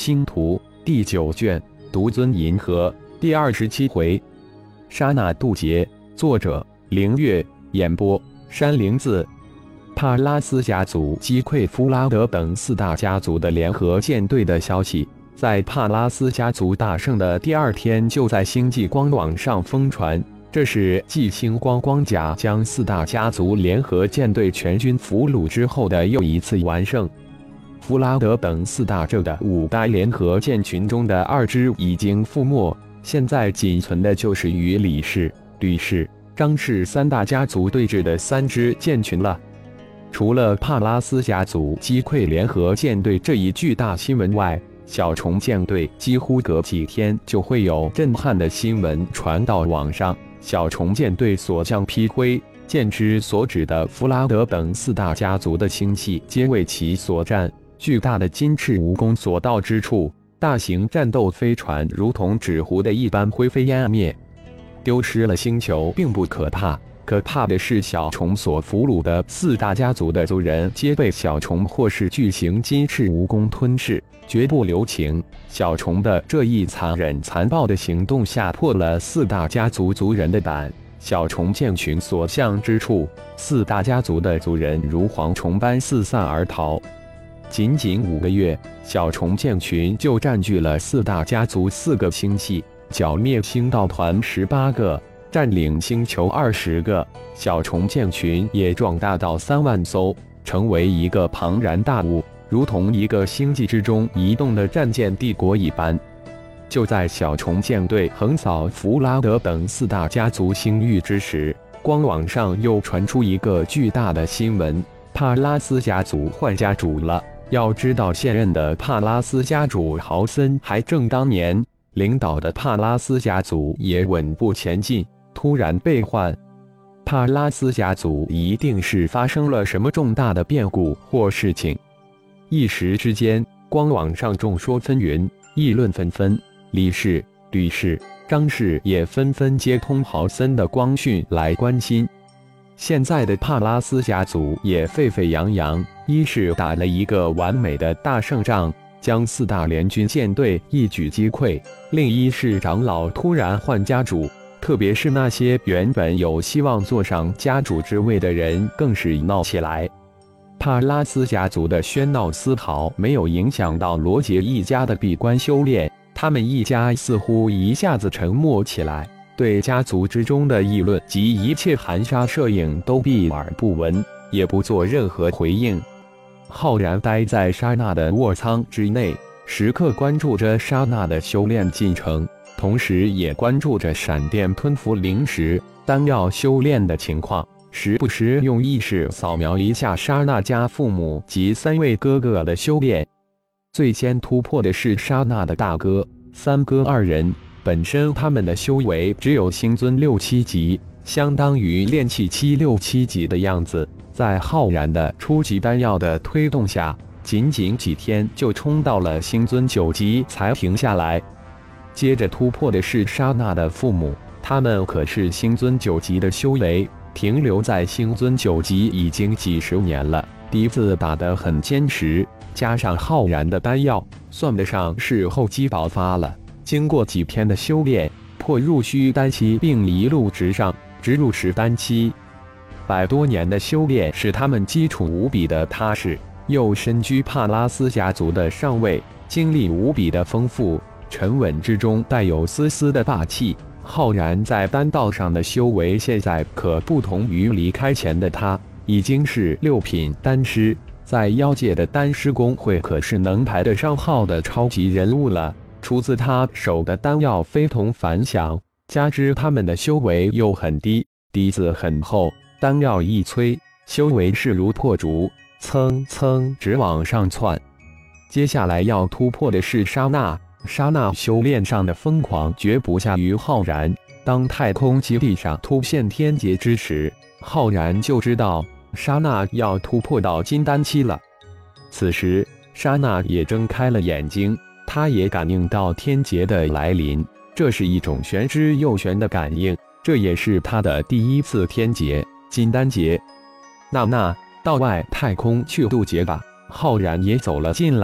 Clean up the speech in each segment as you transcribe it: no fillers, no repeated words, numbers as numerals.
星图第9卷，独尊银河第27回，刹那渡劫。作者：凌月，演播：山灵子。帕拉斯家族击溃弗拉德等4大家族的联合舰队的消息，在帕拉斯家族大胜的第2天就在星际光网上疯传。这是继星光光甲将4大家族联合舰队全军俘虏之后的又一次完胜。弗拉德等4大洲的5代联合舰群中的2支已经覆没，现在仅存的就是与李氏、吕氏、张氏3大家族对峙的3支舰群了。除了帕拉斯家族击溃联合舰队这一巨大新闻外，小虫舰队几乎隔几天就会有震撼的新闻传到网上。小虫舰队所向披挥，舰之所指的弗拉德等4大家族的星系皆为其所占。巨大的金翅蜈蚣所到之处，大型战斗飞船如同纸糊的一般灰飞烟灭。丢失了星球并不可怕，可怕的是小虫所俘虏的4大家族的族人皆被小虫或是巨型金翅蜈蚣吞噬，绝不留情。小虫的这一残忍残暴的行动吓破了4大家族族人的胆。小虫舰群所向之处，4大家族的族人如蝗虫般四散而逃。仅仅5个月，小虫舰群就占据了4大家族4个星系，剿灭星道团18个，占领星球20个。小虫舰群也壮大到3万艘，成为一个庞然大物，如同一个星际之中移动的战舰帝国一般。就在小虫舰队横扫弗拉德等4大家族星域之时，光网上又传出一个巨大的新闻：帕拉斯家族换家主了。要知道，现任的帕拉斯家主豪森还正当年，领导的帕拉斯家族也稳步前进，突然被换。帕拉斯家族一定是发生了什么重大的变故或事情。一时之间，光网上众说纷纭，议论纷纷。李氏、吕氏、张氏也纷纷接通豪森的光讯来关心。现在的帕拉斯家族也沸沸扬扬，一是打了一个完美的大胜仗，将4大联军舰队一举击溃；另一是长老突然换家主，特别是那些原本有希望坐上家主之位的人更是闹起来。帕拉斯家族的喧闹丝毫没有影响到罗杰一家的闭关修炼，他们一家似乎一下子沉默起来，对家族之中的议论及一切含沙射影都避而不闻，也不做任何回应。浩然待在莎娜的卧舱之内，时刻关注着莎娜的修炼进程，同时也关注着闪电吞服灵石、丹药修炼的情况，时不时用意识扫描一下莎娜家父母及3位哥哥的修炼。最先突破的是莎娜的大哥、三哥2人。本身他们的修为只有星尊6、7级，相当于炼气7、6、7级的样子。在浩然的初级丹药的推动下，仅仅几天就冲到了星尊9级才停下来。接着突破的是莎娜的父母，他们可是星尊9级的修为，停留在星尊9级已经几十年了，笛子打得很坚实，加上浩然的丹药，算得上是厚积薄发了。经过几天的修炼，破入虚丹期，并一路直上，直入10丹期。100多年的修炼使他们基础无比的踏实，又身居帕拉斯家族的上位，经历无比的丰富，沉稳之中带有丝丝的霸气。浩然在丹道上的修为现在可不同于离开前的他，已经是6品丹师，在妖界的丹师公会可是能排得上号的超级人物了。出自他手的丹药非同凡响，加之他们的修为又很低，笛子很厚，丹药一催，修为势如破竹，蹭蹭直往上窜。接下来要突破的是莎娜，莎娜修炼上的疯狂绝不下于浩然。当太空基地上突现天劫之时，浩然就知道莎娜要突破到金丹期了。此时莎娜也睁开了眼睛，他也感应到天劫的来临，这是一种玄之又玄的感应，这也是他的第一次天劫，金丹劫。娜娜，到外太空去渡劫吧。浩然也走了进来，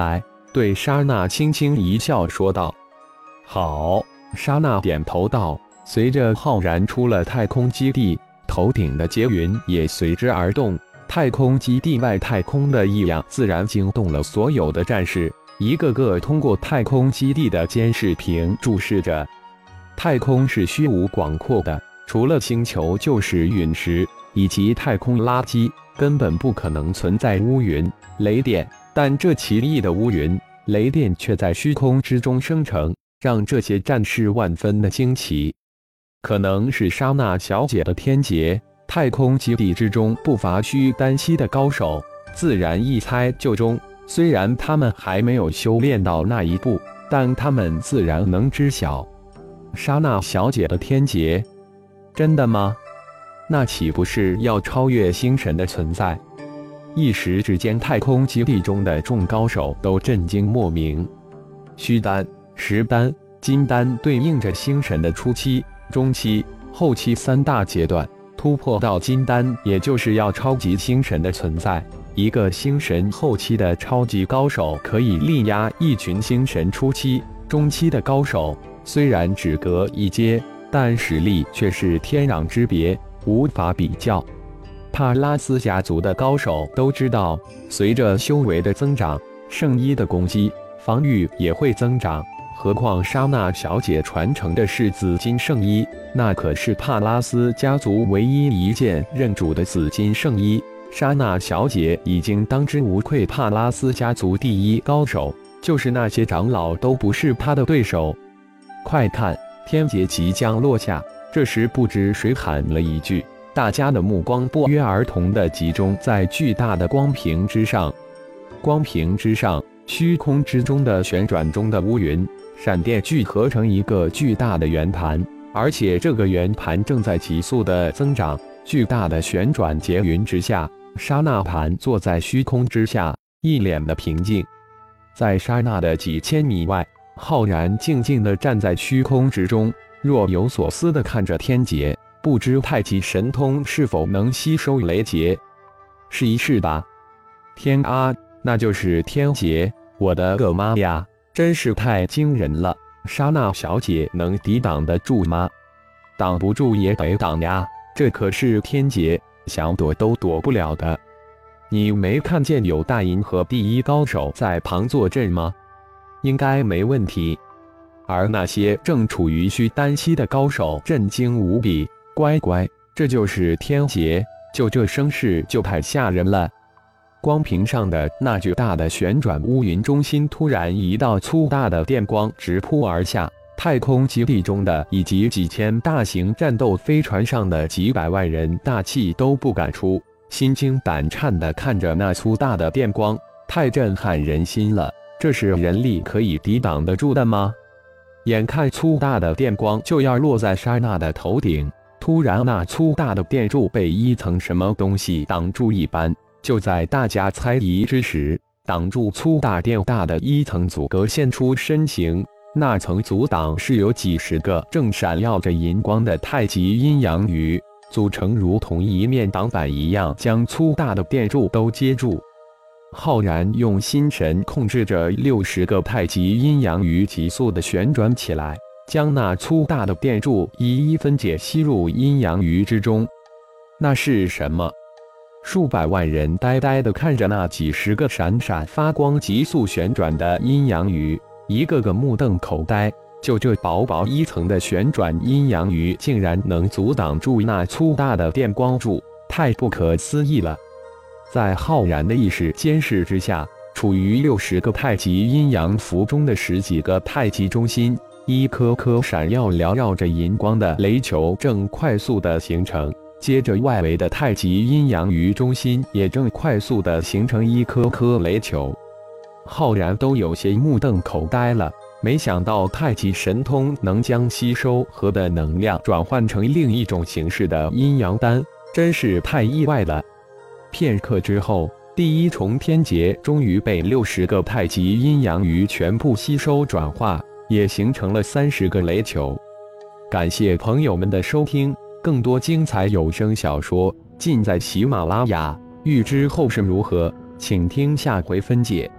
对莎娜轻轻一笑说道：“好。”莎娜点头道。随着浩然出了太空基地，头顶的劫云也随之而动。太空基地外太空的异样自然惊动了所有的战士，一个个通过太空基地的监视屏注视着。太空是虚无广阔的，除了星球就是陨石以及太空垃圾，根本不可能存在乌云、雷电。但这奇异的乌云、雷电却在虚空之中生成，让这些战士万分的惊奇。可能是莎娜小姐的天劫。太空基地之中不乏虚丹期的高手，自然一猜就中。虽然他们还没有修炼到那一步，但他们自然能知晓莎娜小姐的天劫。真的吗？那岂不是要超越星神的存在？一时之间，太空基地中的众高手都震惊莫名。虚丹、实丹、金丹对应着星神的初期、中期、后期三大阶段。突破到金丹，也就是要超级星神的存在。一个星神后期的超级高手，可以力压一群星神初期、中期的高手。虽然只隔一阶，但实力却是天壤之别，无法比较。帕拉斯家族的高手都知道，随着修为的增长，圣衣的攻击、防御也会增长。何况莎娜小姐传承的是紫金圣衣，那可是帕拉斯家族唯一一件认主的紫金圣衣。莎娜小姐已经当之无愧帕拉斯家族第一高手，就是那些长老都不是她的对手。快看，天劫即将落下！这时不知谁喊了一句，大家的目光不约而同地集中在巨大的光屏之上。光屏之上，虚空之中的旋转中的乌云、闪电聚合成一个巨大的圆盘，而且这个圆盘正在急速的增长。巨大的旋转劫云之下，莎娜盘坐在虚空之下，一脸的平静。在莎娜的几千米外，浩然静静地站在虚空之中，若有所思地看着天劫，不知太极神通是否能吸收雷劫。试一试吧。天啊，那就是天劫！我的个妈呀！真是太惊人了，莎娜小姐能抵挡得住吗？挡不住也得挡呀，这可是天劫，想躲都躲不了的。你没看见有大银河第一高手在旁坐镇吗？应该没问题。而那些正处于虚丹期的高手震惊无比，乖乖，这就是天劫，就这声势就太吓人了。光屏上的那巨大的旋转乌云中心，突然一道粗大的电光直扑而下。太空基地中的以及几千大型战斗飞船上的几百万人大气都不敢出，心惊胆颤地看着那粗大的电光，太震撼人心了。这是人力可以抵挡得住的吗？眼看粗大的电光就要落在莎娜的头顶，突然那粗大的电柱被一层什么东西挡住一般。就在大家猜疑之时，挡住粗大电大的一层阻隔现出身形。那层阻挡是由几十个正闪耀着银光的太极阴阳鱼组成，如同一面挡板一样，将粗大的电柱都接住。浩然用心神控制着60个太极阴阳鱼急速地旋转起来，将那粗大的电柱一一分解吸入阴阳鱼之中。那是什么？数百万人呆呆地看着那几十个闪闪发光、急速旋转的阴阳鱼，一个个目瞪口呆。就这薄薄一层的旋转阴阳鱼，竟然能阻挡住那粗大的电光柱，太不可思议了！在浩然的意识监视之下，处于60个太极阴阳符中的10几个太极中心，一颗颗闪耀缭绕着银光的雷球正快速地形成。接着外围的太极阴阳鱼中心也正快速地形成一颗颗雷球。浩然都有些目瞪口呆了，没想到太极神通能将吸收核的能量转换成另一种形式的阴阳丹，真是太意外了。片刻之后，第一重天劫终于被60个太极阴阳鱼全部吸收转化，也形成了30个雷球。感谢朋友们的收听，更多精彩有声小说尽在喜马拉雅。欲知后事如何，请听下回分解。